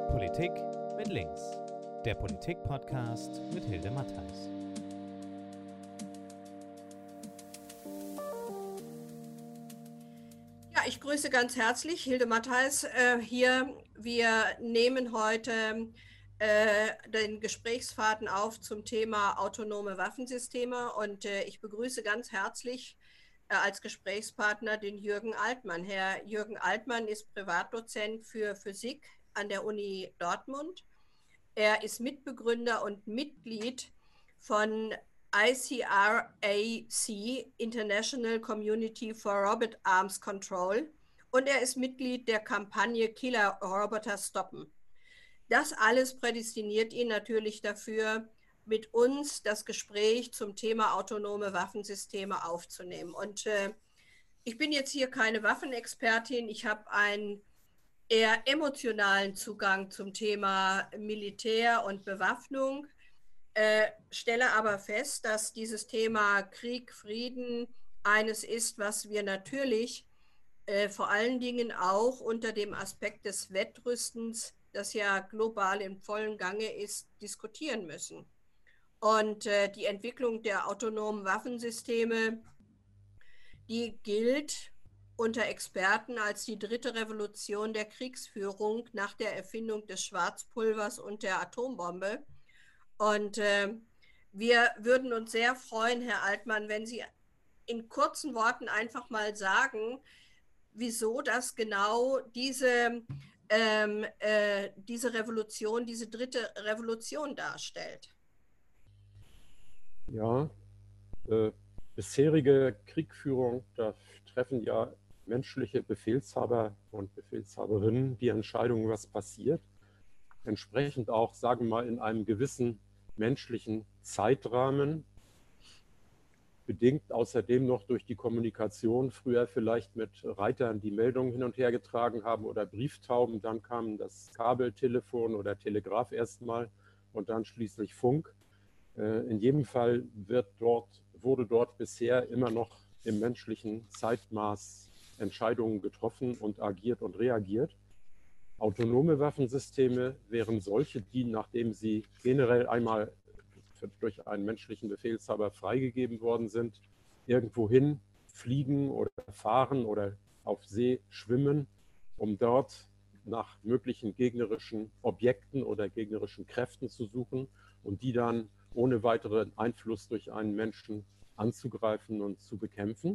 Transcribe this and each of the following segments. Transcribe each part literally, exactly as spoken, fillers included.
Politik mit links, der Politik-Podcast mit Hilde Mattheis. Ja, ich grüße ganz herzlich Hilde Mattheis äh, hier. Wir nehmen heute äh, den Gesprächsfaden auf zum Thema autonome Waffensysteme und äh, ich begrüße ganz herzlich äh, als Gesprächspartner den Jürgen Altmann. Herr Jürgen Altmann ist Privatdozent für Physik an der Uni Dortmund. Er ist Mitbegründer und Mitglied von I C R A C, International Community for Robot Arms Control, und er ist Mitglied der Kampagne Killer-Roboter stoppen. Das alles prädestiniert ihn natürlich dafür, mit uns das Gespräch zum Thema autonome Waffensysteme aufzunehmen. Und äh, ich bin jetzt hier keine Waffenexpertin, ich habe ein eher emotionalen Zugang zum Thema Militär und Bewaffnung, äh, stelle aber fest, dass dieses Thema Krieg, Frieden eines ist, was wir natürlich äh, vor allen Dingen auch unter dem Aspekt des Wettrüstens, das ja global im vollen Gange ist, diskutieren müssen. Und äh, die Entwicklung der autonomen Waffensysteme, die gilt unter Experten als die dritte Revolution der Kriegsführung nach der Erfindung des Schwarzpulvers und der Atombombe. Und äh, wir würden uns sehr freuen, Herr Altmann, wenn Sie in kurzen Worten einfach mal sagen, wieso das genau diese, ähm, äh, diese Revolution, diese dritte Revolution darstellt. Ja, äh, bisherige Kriegführung, da treffen ja menschliche Befehlshaber und Befehlshaberinnen die Entscheidung, was passiert. Entsprechend auch, sagen wir mal, in einem gewissen menschlichen Zeitrahmen, bedingt außerdem noch durch die Kommunikation, früher vielleicht mit Reitern, die Meldungen hin und her getragen haben oder Brieftauben, dann kam das Kabeltelefon oder Telegraph erstmal und dann schließlich Funk. In jedem Fall wird dort, wurde dort bisher immer noch im menschlichen Zeitmaß Entscheidungen getroffen und agiert und reagiert. Autonome Waffensysteme wären solche, die, nachdem sie generell einmal durch einen menschlichen Befehlshaber freigegeben worden sind, irgendwohin fliegen oder fahren oder auf See schwimmen, um dort nach möglichen gegnerischen Objekten oder gegnerischen Kräften zu suchen und die dann ohne weiteren Einfluss durch einen Menschen anzugreifen und zu bekämpfen.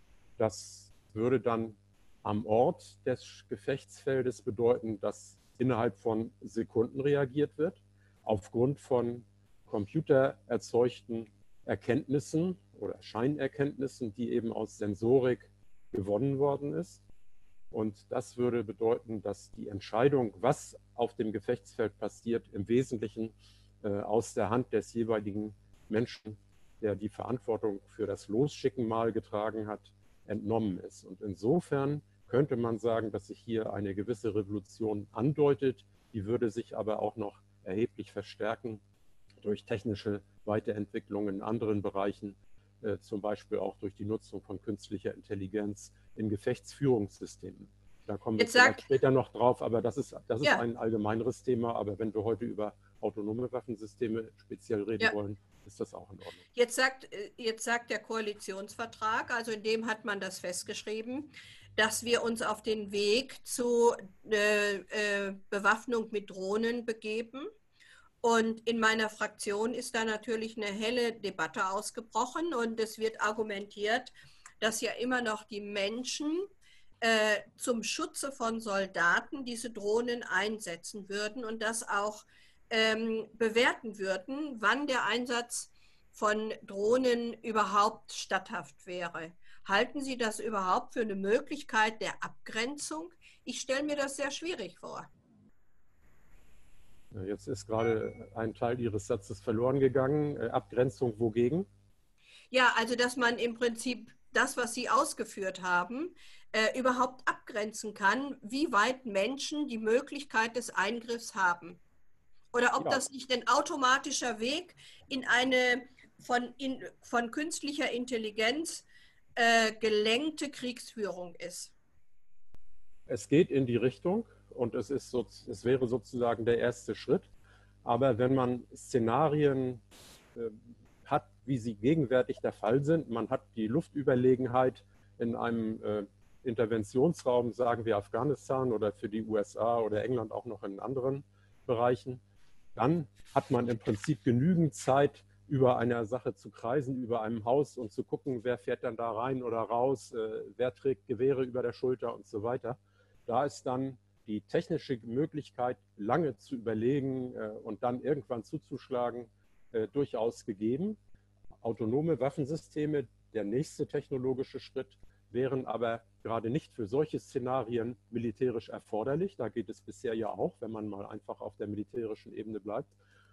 Das würde dann am Ort des Gefechtsfeldes bedeuten, dass innerhalb von Sekunden reagiert wird, aufgrund von computererzeugten Erkenntnissen oder Scheinerkenntnissen, die eben aus Sensorik gewonnen worden ist. Und das würde bedeuten, dass die Entscheidung, was auf dem Gefechtsfeld passiert, im Wesentlichen äh, aus der Hand des jeweiligen Menschen, der die Verantwortung für das Losschicken mal getragen hat, entnommen ist. Und insofern könnte man sagen, dass sich hier eine gewisse Revolution andeutet. Die würde sich aber auch noch erheblich verstärken durch technische Weiterentwicklungen in anderen Bereichen, äh, zum Beispiel auch durch die Nutzung von künstlicher Intelligenz in Gefechtsführungssystemen. Da kommen wir Jetzt vielleicht sagt, später noch drauf, aber das ist, das ist ja. ein allgemeineres Thema. Aber wenn wir heute über autonome Waffensysteme speziell reden Ja. wollen, ist das auch in Ordnung. Jetzt sagt, jetzt sagt der Koalitionsvertrag, also in dem hat man das festgeschrieben, dass wir uns auf den Weg zu äh, äh, Bewaffnung mit Drohnen begeben. Und in meiner Fraktion ist da natürlich eine helle Debatte ausgebrochen und es wird argumentiert, dass ja immer noch die Menschen äh, zum Schutze von Soldaten diese Drohnen einsetzen würden und das auch ähm, bewerten würden, wann der Einsatz von Drohnen überhaupt statthaft wäre. Halten Sie das überhaupt für eine Möglichkeit der Abgrenzung? Ich stelle mir das sehr schwierig vor. Jetzt ist gerade ein Teil Ihres Satzes verloren gegangen. Abgrenzung wogegen? Ja, also dass man im Prinzip das, was Sie ausgeführt haben, äh, überhaupt abgrenzen kann, wie weit Menschen die Möglichkeit des Eingriffs haben. Oder ob Ja. das nicht ein automatischer Weg in eine von, in, von künstlicher Intelligenz äh, gelenkte Kriegsführung ist. Es geht in die Richtung und es, ist so, es wäre sozusagen der erste Schritt. Aber wenn man Szenarien äh, hat, wie sie gegenwärtig der Fall sind, man hat die Luftüberlegenheit in einem äh, Interventionsraum, sagen wir Afghanistan oder für die U S A oder England auch noch in anderen Bereichen, dann hat man im Prinzip genügend Zeit, über einer Sache zu kreisen, über einem Haus und zu gucken, wer fährt dann da rein oder raus, äh, wer trägt Gewehre über der Schulter und so weiter. Da ist dann die technische Möglichkeit, lange zu überlegen äh, und dann irgendwann zuzuschlagen, äh, durchaus gegeben. Autonome Waffensysteme, der nächste technologische Schritt, wären aber gerade nicht für solche Szenarien militärisch erforderlich. Da geht es bisher ja auch, wenn man mal einfach auf der militärischen Ebene bleibt.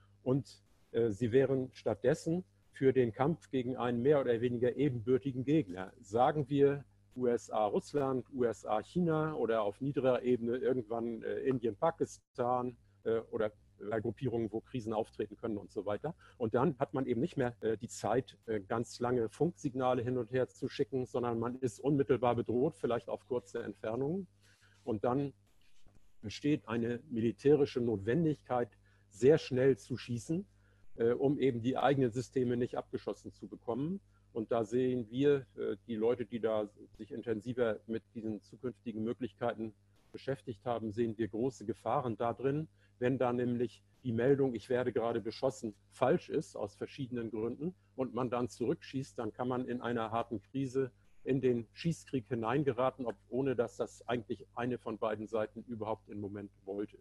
Und äh, sie wären stattdessen für den Kampf gegen einen mehr oder weniger ebenbürtigen Gegner. Sagen wir U S A Russland, U S A China oder auf niederer Ebene irgendwann äh, Indien, Pakistan äh, oder bei Gruppierungen, wo Krisen auftreten können und so weiter. Und dann hat man eben nicht mehr äh, die Zeit, äh, ganz lange Funksignale hin und her zu schicken, sondern man ist unmittelbar bedroht, vielleicht auf kurze Entfernungen. Und dann besteht eine militärische Notwendigkeit, sehr schnell zu schießen, äh, um eben die eigenen Systeme nicht abgeschossen zu bekommen. Und da sehen wir, äh, die Leute, die da sich intensiver mit diesen zukünftigen Möglichkeiten beschäftigt haben, sehen wir große Gefahren da drin, wenn da nämlich die Meldung, ich werde gerade beschossen, falsch ist, aus verschiedenen Gründen, und man dann zurückschießt, dann kann man in einer harten Krise in den Schießkrieg hineingeraten, ob, ohne dass das eigentlich eine von beiden Seiten überhaupt im Moment wollte.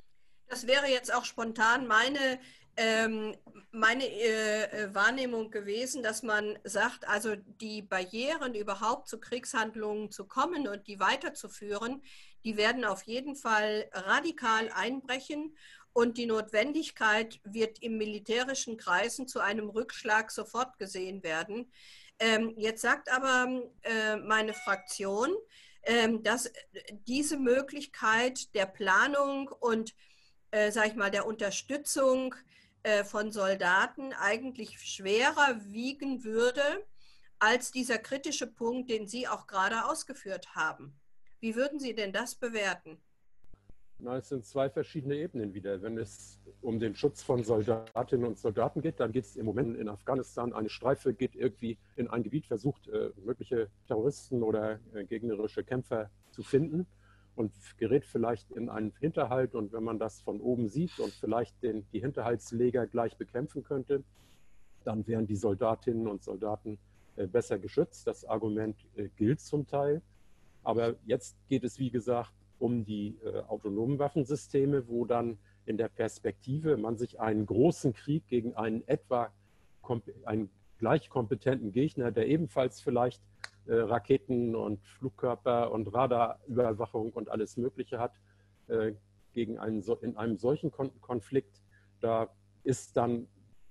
Das wäre jetzt auch spontan meine, ähm, meine äh, Wahrnehmung gewesen, dass man sagt, also die Barrieren überhaupt zu Kriegshandlungen zu kommen und die weiterzuführen, die werden auf jeden Fall radikal einbrechen und die Notwendigkeit wird im militärischen Kreisen zu einem Rückschlag sofort gesehen werden. Ähm, jetzt sagt aber äh, meine Fraktion, ähm, dass diese Möglichkeit der Planung und Äh, sag ich mal, der Unterstützung äh, von Soldaten eigentlich schwerer wiegen würde als dieser kritische Punkt, den Sie auch gerade ausgeführt haben. Wie würden Sie denn das bewerten? Na, es sind zwei verschiedene Ebenen wieder. Wenn es um den Schutz von Soldatinnen und Soldaten geht, dann geht es im Moment in Afghanistan, eine Streife geht irgendwie in ein Gebiet, versucht äh, mögliche Terroristen oder äh, gegnerische Kämpfer zu finden und gerät vielleicht in einen Hinterhalt. Und wenn man das von oben sieht und vielleicht den, die Hinterhaltsleger gleich bekämpfen könnte, dann wären die Soldatinnen und Soldaten äh, besser geschützt. Das Argument äh, gilt zum Teil. Aber jetzt geht es, wie gesagt, um die äh, autonomen Waffensysteme, wo dann in der Perspektive man sich einen großen Krieg gegen einen etwa einen gleich kompetenten Gegner, der ebenfalls vielleicht äh, Raketen und Flugkörper und Radarüberwachung und alles Mögliche hat, äh, gegen einen, in einem solchen Kon Konflikt, da ist dann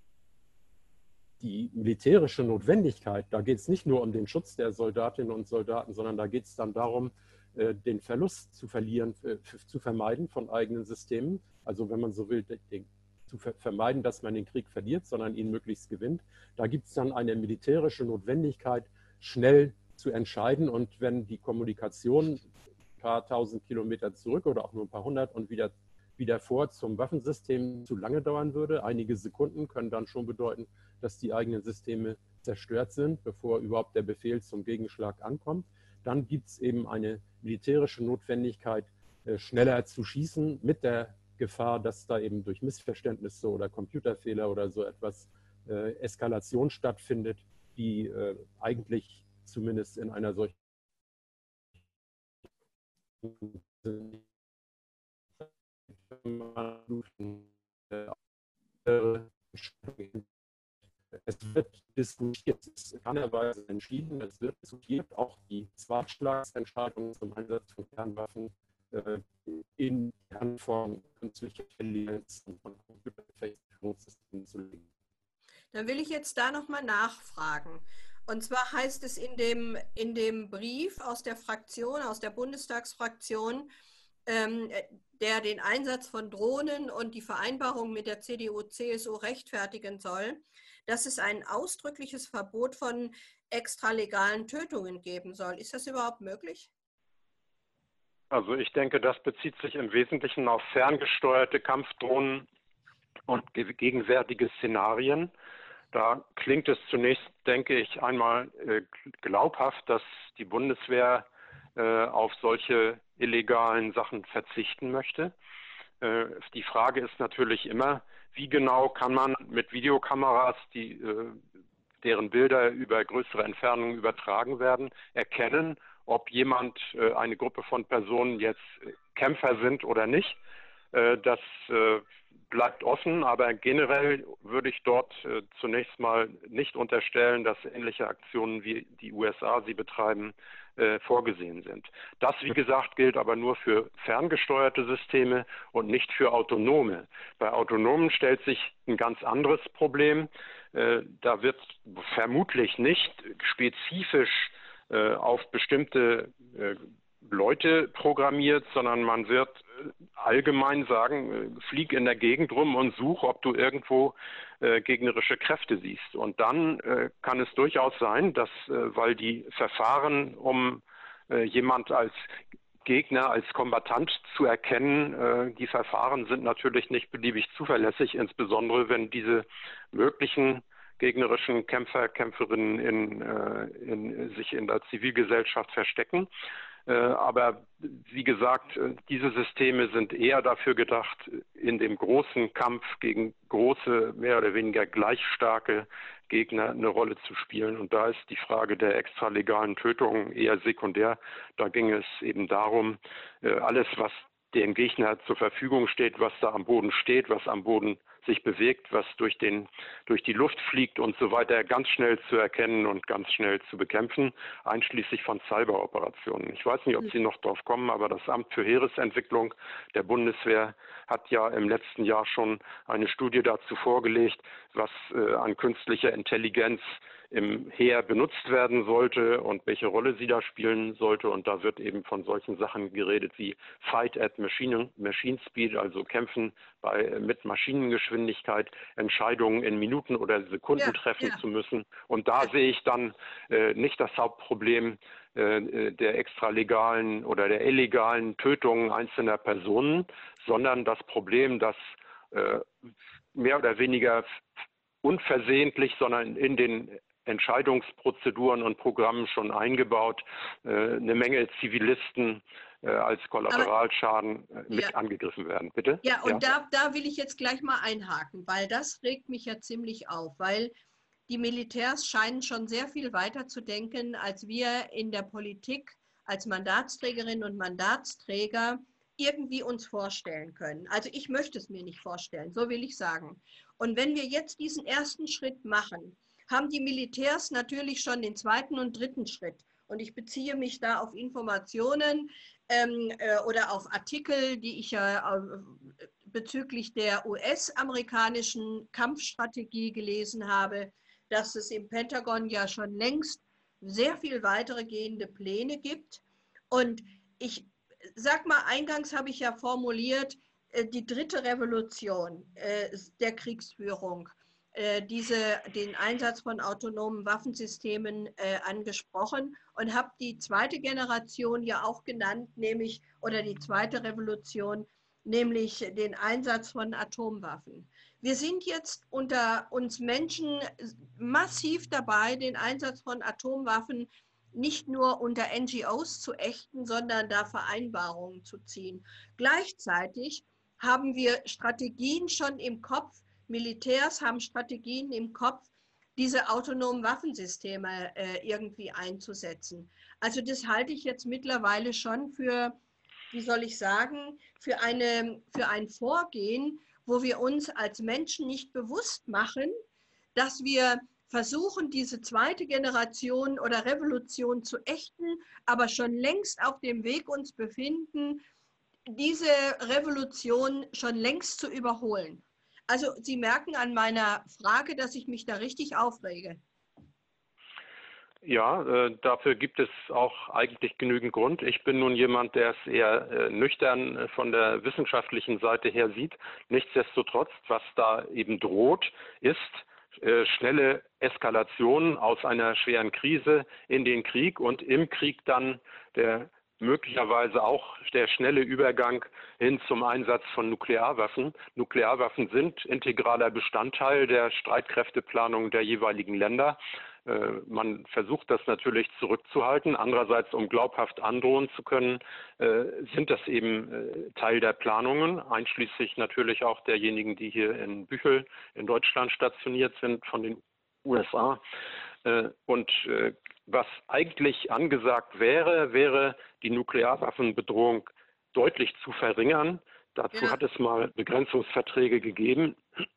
die militärische Notwendigkeit, da geht es nicht nur um den Schutz der Soldatinnen und Soldaten, sondern da geht es dann darum, den Verlust zu verlieren, zu vermeiden von eigenen Systemen. Also wenn man so will, den, zu vermeiden, dass man den Krieg verliert, sondern ihn möglichst gewinnt. Da gibt es dann eine militärische Notwendigkeit, schnell zu entscheiden. Und wenn die Kommunikation ein paar tausend Kilometer zurück oder auch nur ein paar hundert und wieder, wieder vor zum Waffensystem zu lange dauern würde, einige Sekunden können dann schon bedeuten, dass die eigenen Systeme zerstört sind, bevor überhaupt der Befehl zum Gegenschlag ankommt. Dann gibt es eben eine militärische Notwendigkeit, schneller zu schießen, mit der Gefahr, dass da eben durch Missverständnisse oder Computerfehler oder so etwas äh, Eskalation stattfindet, die äh, eigentlich zumindest in einer solchen Es wird diskutiert, es ist keinerweise entschieden, es wird diskutiert, auch die Zweitschlagsentscheidung zum Einsatz von Kernwaffen äh, in die Hand von künstlicher Intelligenz und von Computerfähigkeitssystemen zu legen. Dann will ich jetzt da nochmal nachfragen. Und zwar heißt es in dem, in dem Brief aus der Fraktion, aus der Bundestagsfraktion, ähm, der den Einsatz von Drohnen und die Vereinbarung mit der C D U C S U rechtfertigen soll, dass es ein ausdrückliches Verbot von extralegalen Tötungen geben soll. Ist das überhaupt möglich? Also ich denke, das bezieht sich im Wesentlichen auf ferngesteuerte Kampfdrohnen und ge gegenwärtige Szenarien. Da klingt es zunächst, denke ich, einmal äh, glaubhaft, dass die Bundeswehr äh, auf solche illegalen Sachen verzichten möchte. Äh, die Frage ist natürlich immer, wie genau kann man mit Videokameras, die, äh, deren Bilder über größere Entfernungen übertragen werden, erkennen, ob jemand, äh, eine Gruppe von Personen jetzt Kämpfer sind oder nicht. Äh, das äh, bleibt offen, aber generell würde ich dort äh, zunächst mal nicht unterstellen, dass ähnliche Aktionen wie die U S A sie betreiben, äh, vorgesehen sind. Das, wie gesagt, gilt aber nur für ferngesteuerte Systeme und nicht für autonome. Bei autonomen stellt sich ein ganz anderes Problem. Äh, da wird vermutlich nicht spezifisch äh, auf bestimmte äh, Leute programmiert, sondern man wird allgemein sagen, flieg in der Gegend rum und such, ob du irgendwo äh, gegnerische Kräfte siehst. Und dann äh, kann es durchaus sein, dass, äh, weil die Verfahren, um äh, jemand als Gegner, als Kombattant zu erkennen, äh, die Verfahren sind natürlich nicht beliebig zuverlässig, insbesondere wenn diese möglichen gegnerischen Kämpfer, Kämpferinnen in, äh, in, sich in der Zivilgesellschaft verstecken. Äh, aber wie gesagt, diese Systeme sind eher dafür gedacht, in dem großen Kampf gegen große, mehr oder weniger gleich starke Gegner eine Rolle zu spielen. Und da ist die Frage der extralegalen Tötung eher sekundär. Da ging es eben darum, äh, alles, was dem Gegner zur Verfügung steht, was da am Boden steht, was am Boden sich bewegt, was durch den, durch die Luft fliegt und so weiter, ganz schnell zu erkennen und ganz schnell zu bekämpfen, einschließlich von Cyberoperationen. Ich weiß nicht, ob Sie noch drauf kommen, aber das Amt für Heeresentwicklung der Bundeswehr hat ja im letzten Jahr schon eine Studie dazu vorgelegt, was äh, an künstlicher Intelligenz im Heer benutzt werden sollte und welche Rolle sie da spielen sollte. Und da wird eben von solchen Sachen geredet wie Fight at Machine, Machine Speed, also Kämpfen bei, mit Maschinengeschwindigkeit, Entscheidungen in Minuten oder Sekunden Ja, treffen ja. zu müssen. Und da sehe ich dann äh, nicht das Hauptproblem äh, der extralegalen oder der illegalen Tötungen einzelner Personen, sondern das Problem, dass äh, mehr oder weniger unversehentlich, sondern in den Entscheidungsprozeduren und Programmen schon eingebaut, äh, eine Menge Zivilisten äh, als Kollateralschaden äh, mit ja. angegriffen werden. Bitte? Ja, und Ja? Da, da will ich jetzt gleich mal einhaken, weil das regt mich ja ziemlich auf, weil die Militärs scheinen schon sehr viel weiter zu denken, als wir in der Politik als Mandatsträgerinnen und Mandatsträger irgendwie uns vorstellen können. Also ich möchte es mir nicht vorstellen, so will ich sagen. Und wenn wir jetzt diesen ersten Schritt machen, haben die Militärs natürlich schon den zweiten und dritten Schritt. Und ich beziehe mich da auf Informationen ähm, äh, oder auf Artikel, die ich ja äh, bezüglich der U S-amerikanischen Kampfstrategie gelesen habe, dass es im Pentagon ja schon längst sehr viel weitere gehende Pläne gibt. Und ich sag mal, eingangs habe ich ja formuliert, äh, die dritte Revolution äh, der Kriegsführung. Diese, den Einsatz von autonomen Waffensystemen äh, angesprochen und habe die zweite Generation ja auch genannt, nämlich, oder die zweite Revolution, nämlich den Einsatz von Atomwaffen. Wir sind jetzt unter uns Menschen massiv dabei, den Einsatz von Atomwaffen nicht nur unter N G Os zu ächten, sondern da Vereinbarungen zu ziehen. Gleichzeitig haben wir Strategien schon im Kopf, Militärs haben Strategien im Kopf, diese autonomen Waffensysteme äh, irgendwie einzusetzen. Also das halte ich jetzt mittlerweile schon für, wie soll ich sagen, für, eine, für ein Vorgehen, wo wir uns als Menschen nicht bewusst machen, dass wir versuchen, diese zweite Generation oder Revolution zu ächten, aber schon längst auf dem Weg uns befinden, diese Revolution schon längst zu überholen. Also Sie merken an meiner Frage, dass ich mich da richtig aufrege. Ja, äh, dafür gibt es auch eigentlich genügend Grund. Ich bin nun jemand, der es eher äh, nüchtern äh, von der wissenschaftlichen Seite her sieht. Nichtsdestotrotz, was da eben droht, ist äh, schnelle Eskalation aus einer schweren Krise in den Krieg und im Krieg dann der möglicherweise auch der schnelle Übergang hin zum Einsatz von Nuklearwaffen. Nuklearwaffen sind integraler Bestandteil der Streitkräfteplanung der jeweiligen Länder. Äh, man versucht das natürlich zurückzuhalten. Andererseits, um glaubhaft androhen zu können, äh, sind das eben äh, Teil der Planungen, einschließlich natürlich auch derjenigen, die hier in Büchel in Deutschland stationiert sind, von den U S A. Äh, und äh, was eigentlich angesagt wäre, wäre die Nuklearwaffenbedrohung deutlich zu verringern. Dazu Ja. hat es mal Begrenzungsverträge gegeben.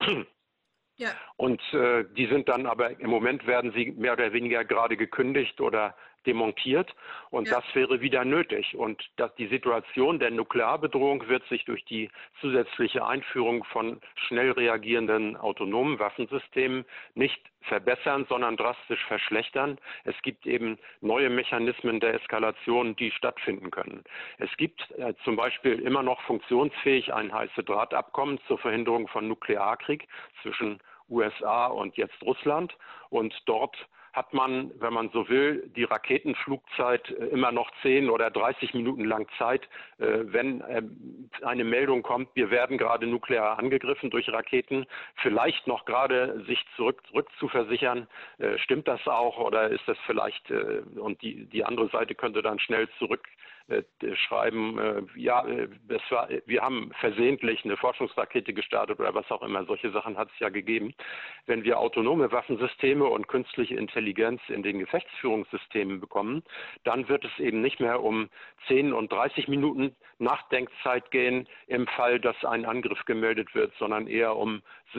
Ja. Und äh, die sind dann aber, im Moment werden sie mehr oder weniger gerade gekündigt oder demontiert. Und Ja. das wäre wieder nötig. Und dass die Situation der Nuklearbedrohung wird sich durch die zusätzliche Einführung von schnell reagierenden autonomen Waffensystemen nicht verbessern, sondern drastisch verschlechtern. Es gibt eben neue Mechanismen der Eskalation, die stattfinden können. Es gibt äh, zum Beispiel immer noch funktionsfähig ein heiße Drahtabkommen zur Verhinderung von Nuklearkrieg zwischen U S A und jetzt Russland. Und dort hat man, wenn man so will, die Raketenflugzeit immer noch zehn oder dreißig Minuten lang Zeit, wenn eine Meldung kommt, wir werden gerade nuklear angegriffen durch Raketen, vielleicht noch gerade sich zurück, zurück zu versichern, stimmt das auch oder ist das vielleicht, und die, die andere Seite könnte dann schnell zurück schreiben, ja, das war, wir haben versehentlich eine Forschungsrakete gestartet oder was auch immer. Solche Sachen hat es ja gegeben. Wenn wir autonome Waffensysteme und künstliche Intelligenz in den Gefechtsführungssystemen bekommen, dann wird es eben nicht mehr um zehn und dreißig Minuten Nachdenkzeit gehen im Fall, dass ein Angriff gemeldet wird, sondern eher um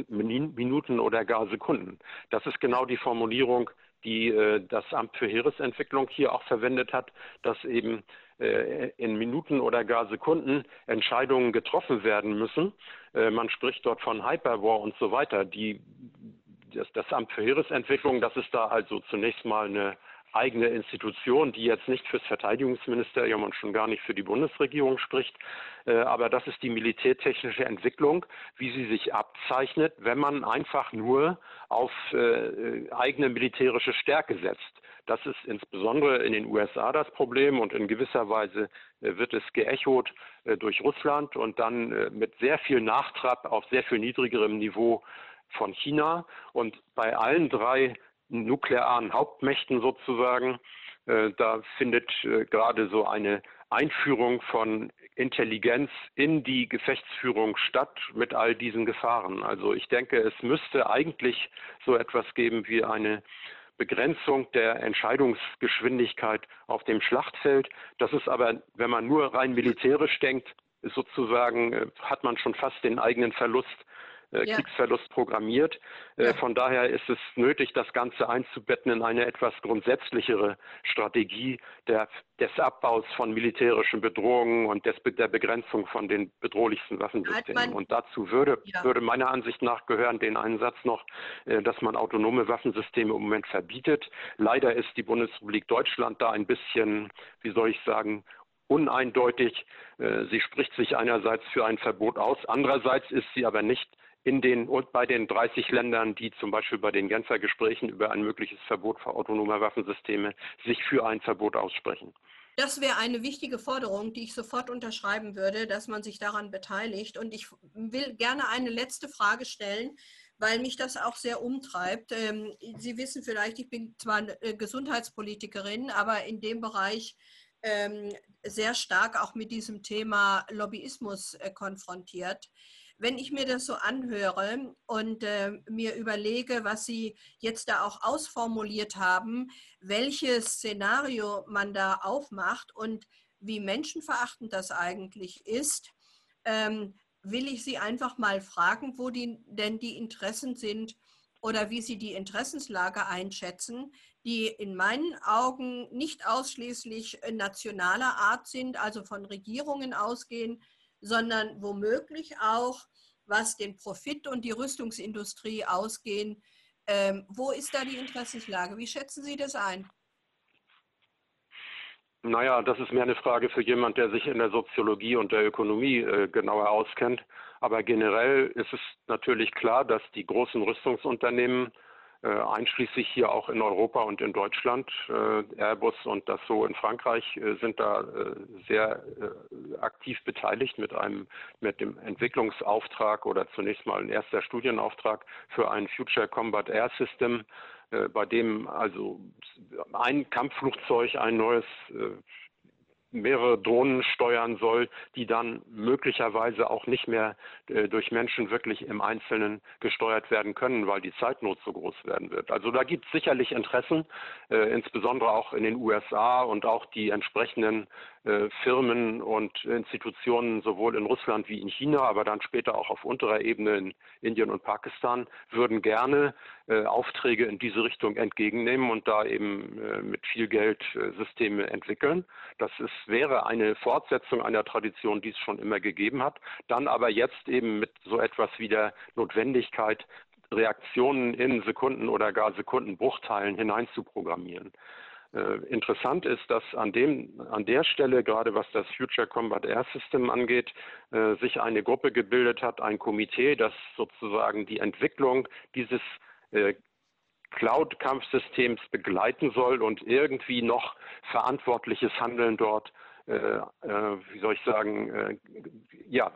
Minuten oder gar Sekunden. Das ist genau die Formulierung, die äh, das Amt für Heeresentwicklung hier auch verwendet hat, dass eben äh, in Minuten oder gar Sekunden Entscheidungen getroffen werden müssen. Äh, man spricht dort von Hyperwar und so weiter. Die, das, das Amt für Heeresentwicklung, das ist da also zunächst mal eine eigene Institution, die jetzt nicht fürs Verteidigungsministerium und schon gar nicht für die Bundesregierung spricht. Aber das ist die militärtechnische Entwicklung, wie sie sich abzeichnet, wenn man einfach nur auf äh, eigene militärische Stärke setzt. Das ist insbesondere in den U S A das Problem und in gewisser Weise äh, wird es geechot äh, durch Russland und dann äh, mit sehr viel Nachtrab auf sehr viel niedrigerem Niveau von China. Und bei allen drei nuklearen Hauptmächten sozusagen, äh, da findet äh, gerade so eine Einführung von Intelligenz in die Gefechtsführung statt mit all diesen Gefahren. Also ich denke, es müsste eigentlich so etwas geben wie eine Begrenzung der Entscheidungsgeschwindigkeit auf dem Schlachtfeld. Das ist aber, wenn man nur rein militärisch denkt, ist sozusagen, äh, hat man schon fast den eigenen Verlust Ja. Kriegsverlust programmiert. Ja. Von daher ist es nötig, das Ganze einzubetten in eine etwas grundsätzlichere Strategie der, des Abbaus von militärischen Bedrohungen und des, der Begrenzung von den bedrohlichsten Waffensystemen. Und dazu würde, ja. würde meiner Ansicht nach gehören den einen Satz noch, dass man autonome Waffensysteme im Moment verbietet. Leider ist die Bundesrepublik Deutschland da ein bisschen, wie soll ich sagen, uneindeutig. Sie spricht sich einerseits für ein Verbot aus, andererseits ist sie aber nicht in den und bei den dreißig Ländern, die zum Beispiel bei den Genfer Gesprächen über ein mögliches Verbot für autonome Waffensysteme sich für ein Verbot aussprechen. Das wäre eine wichtige Forderung, die ich sofort unterschreiben würde, dass man sich daran beteiligt. Und ich will gerne eine letzte Frage stellen, weil mich das auch sehr umtreibt. Sie wissen vielleicht, ich bin zwar eine Gesundheitspolitikerin, aber in dem Bereich sehr stark auch mit diesem Thema Lobbyismus konfrontiert. Wenn ich mir das so anhöre und äh, mir überlege, was Sie jetzt da auch ausformuliert haben, welches Szenario man da aufmacht und wie menschenverachtend das eigentlich ist, ähm, will ich Sie einfach mal fragen, wo die, denn die Interessen sind oder wie Sie die Interessenslage einschätzen, die in meinen Augen nicht ausschließlich nationaler Art sind, also von Regierungen ausgehen, sondern womöglich auch, was den Profit und die Rüstungsindustrie ausgehen. Ähm, wo ist da die Interessenslage? Wie schätzen Sie das ein? Naja, das ist mehr eine Frage für jemand, der sich in der Soziologie und der Ökonomie äh, genauer auskennt. Aber generell ist es natürlich klar, dass die großen Rüstungsunternehmen äh, einschließlich hier auch in Europa und in Deutschland. Äh, Airbus und Dassault in Frankreich äh, sind da äh, sehr äh, aktiv beteiligt mit einem mit dem Entwicklungsauftrag oder zunächst mal ein erster Studienauftrag für ein Future Combat Air System, äh, bei dem also ein Kampfflugzeug ein neues äh, mehrere Drohnen steuern soll, die dann möglicherweise auch nicht mehr äh, durch Menschen wirklich im Einzelnen gesteuert werden können, weil die Zeitnot so groß werden wird. Also da gibt es sicherlich Interessen, äh, insbesondere auch in den U S A und auch die entsprechenden äh, Firmen und Institutionen sowohl in Russland wie in China, aber dann später auch auf unterer Ebene in Indien und Pakistan, würden gerne äh, Aufträge in diese Richtung entgegennehmen und da eben äh, mit viel Geld äh, Systeme entwickeln. Das ist wäre eine Fortsetzung einer Tradition, die es schon immer gegeben hat, dann aber jetzt eben mit so etwas wie der Notwendigkeit, Reaktionen in Sekunden oder gar Sekundenbruchteilen hineinzuprogrammieren. Äh, interessant ist, dass an, dem, an der Stelle, gerade was das Future Combat Air System angeht, äh, sich eine Gruppe gebildet hat, ein Komitee, das sozusagen die Entwicklung dieses äh, Cloud-Kampfsystems begleiten soll und irgendwie noch verantwortliches Handeln dort, äh, äh, wie soll ich sagen, äh, ja,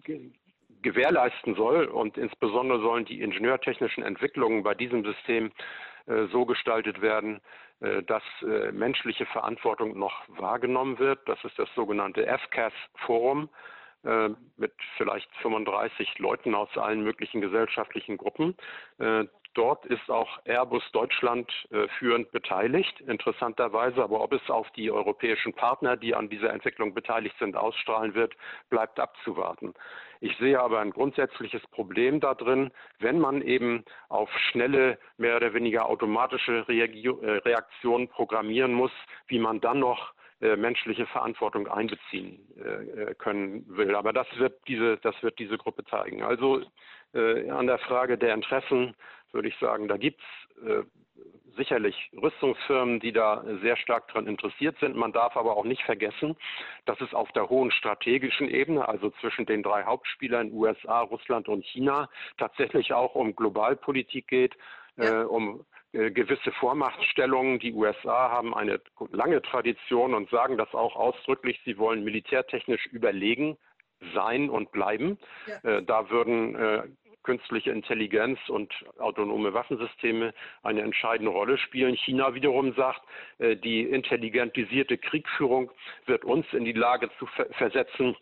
gewährleisten soll. Und insbesondere sollen die ingenieurtechnischen Entwicklungen bei diesem System äh, so gestaltet werden, äh, dass äh, menschliche Verantwortung noch wahrgenommen wird. Das ist das sogenannte F C A S-Forum äh, mit vielleicht fünfunddreißig Leuten aus allen möglichen gesellschaftlichen Gruppen. Äh, Dort ist auch Airbus Deutschland äh, führend beteiligt, interessanterweise. Aber ob es auf die europäischen Partner, die an dieser Entwicklung beteiligt sind, ausstrahlen wird, bleibt abzuwarten. Ich sehe aber ein grundsätzliches Problem darin, wenn man eben auf schnelle, mehr oder weniger automatische Reaktionen programmieren muss, wie man dann noch äh, menschliche Verantwortung einbeziehen äh, können will. Aber das wird diese, das wird diese Gruppe zeigen. Also äh, an der Frage der Interessen würde ich sagen, da gibt es äh, sicherlich Rüstungsfirmen, die da sehr stark daran interessiert sind. Man darf aber auch nicht vergessen, dass es auf der hohen strategischen Ebene, also zwischen den drei Hauptspielern U S A, Russland und China, tatsächlich auch um Globalpolitik geht, ja. äh, um äh, gewisse Vormachtstellungen. Die U S A haben eine lange Tradition und sagen das auch ausdrücklich, sie wollen militärtechnisch überlegen sein und bleiben. Ja. Äh, da würden äh, künstliche Intelligenz und autonome Waffensysteme eine entscheidende Rolle spielen. China wiederum sagt, die intelligentisierte Kriegführung wird uns in die Lage zu versetzen,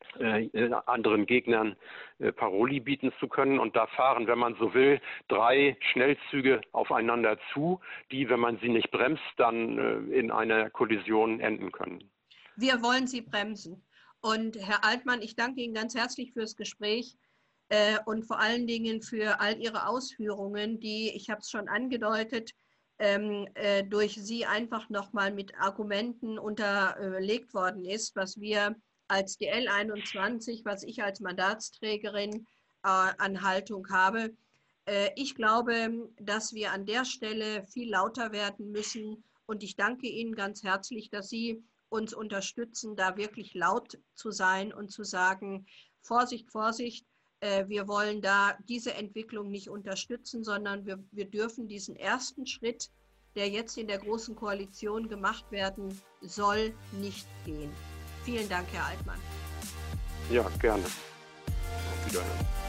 anderen Gegnern Paroli bieten zu können. Und da fahren, wenn man so will, drei Schnellzüge aufeinander zu, die, wenn man sie nicht bremst, dann in einer Kollision enden können. Wir wollen sie bremsen. Und Herr Altmann, ich danke Ihnen ganz herzlich fürs Gespräch. Äh, und vor allen Dingen für all Ihre Ausführungen, die, ich habe es schon angedeutet, ähm, äh, durch Sie einfach nochmal mit Argumenten unterlegt worden ist, was wir als D L einundzwanzig, was ich als Mandatsträgerin äh, an Haltung habe. Äh, ich glaube, dass wir an der Stelle viel lauter werden müssen und ich danke Ihnen ganz herzlich, dass Sie uns unterstützen, da wirklich laut zu sein und zu sagen, Vorsicht, Vorsicht, wir wollen da diese Entwicklung nicht unterstützen, sondern wir, wir dürfen diesen ersten Schritt, der jetzt in der Großen Koalition gemacht werden soll, nicht gehen. Vielen Dank, Herr Altmann. Ja, gerne. Auf Wiedersehen.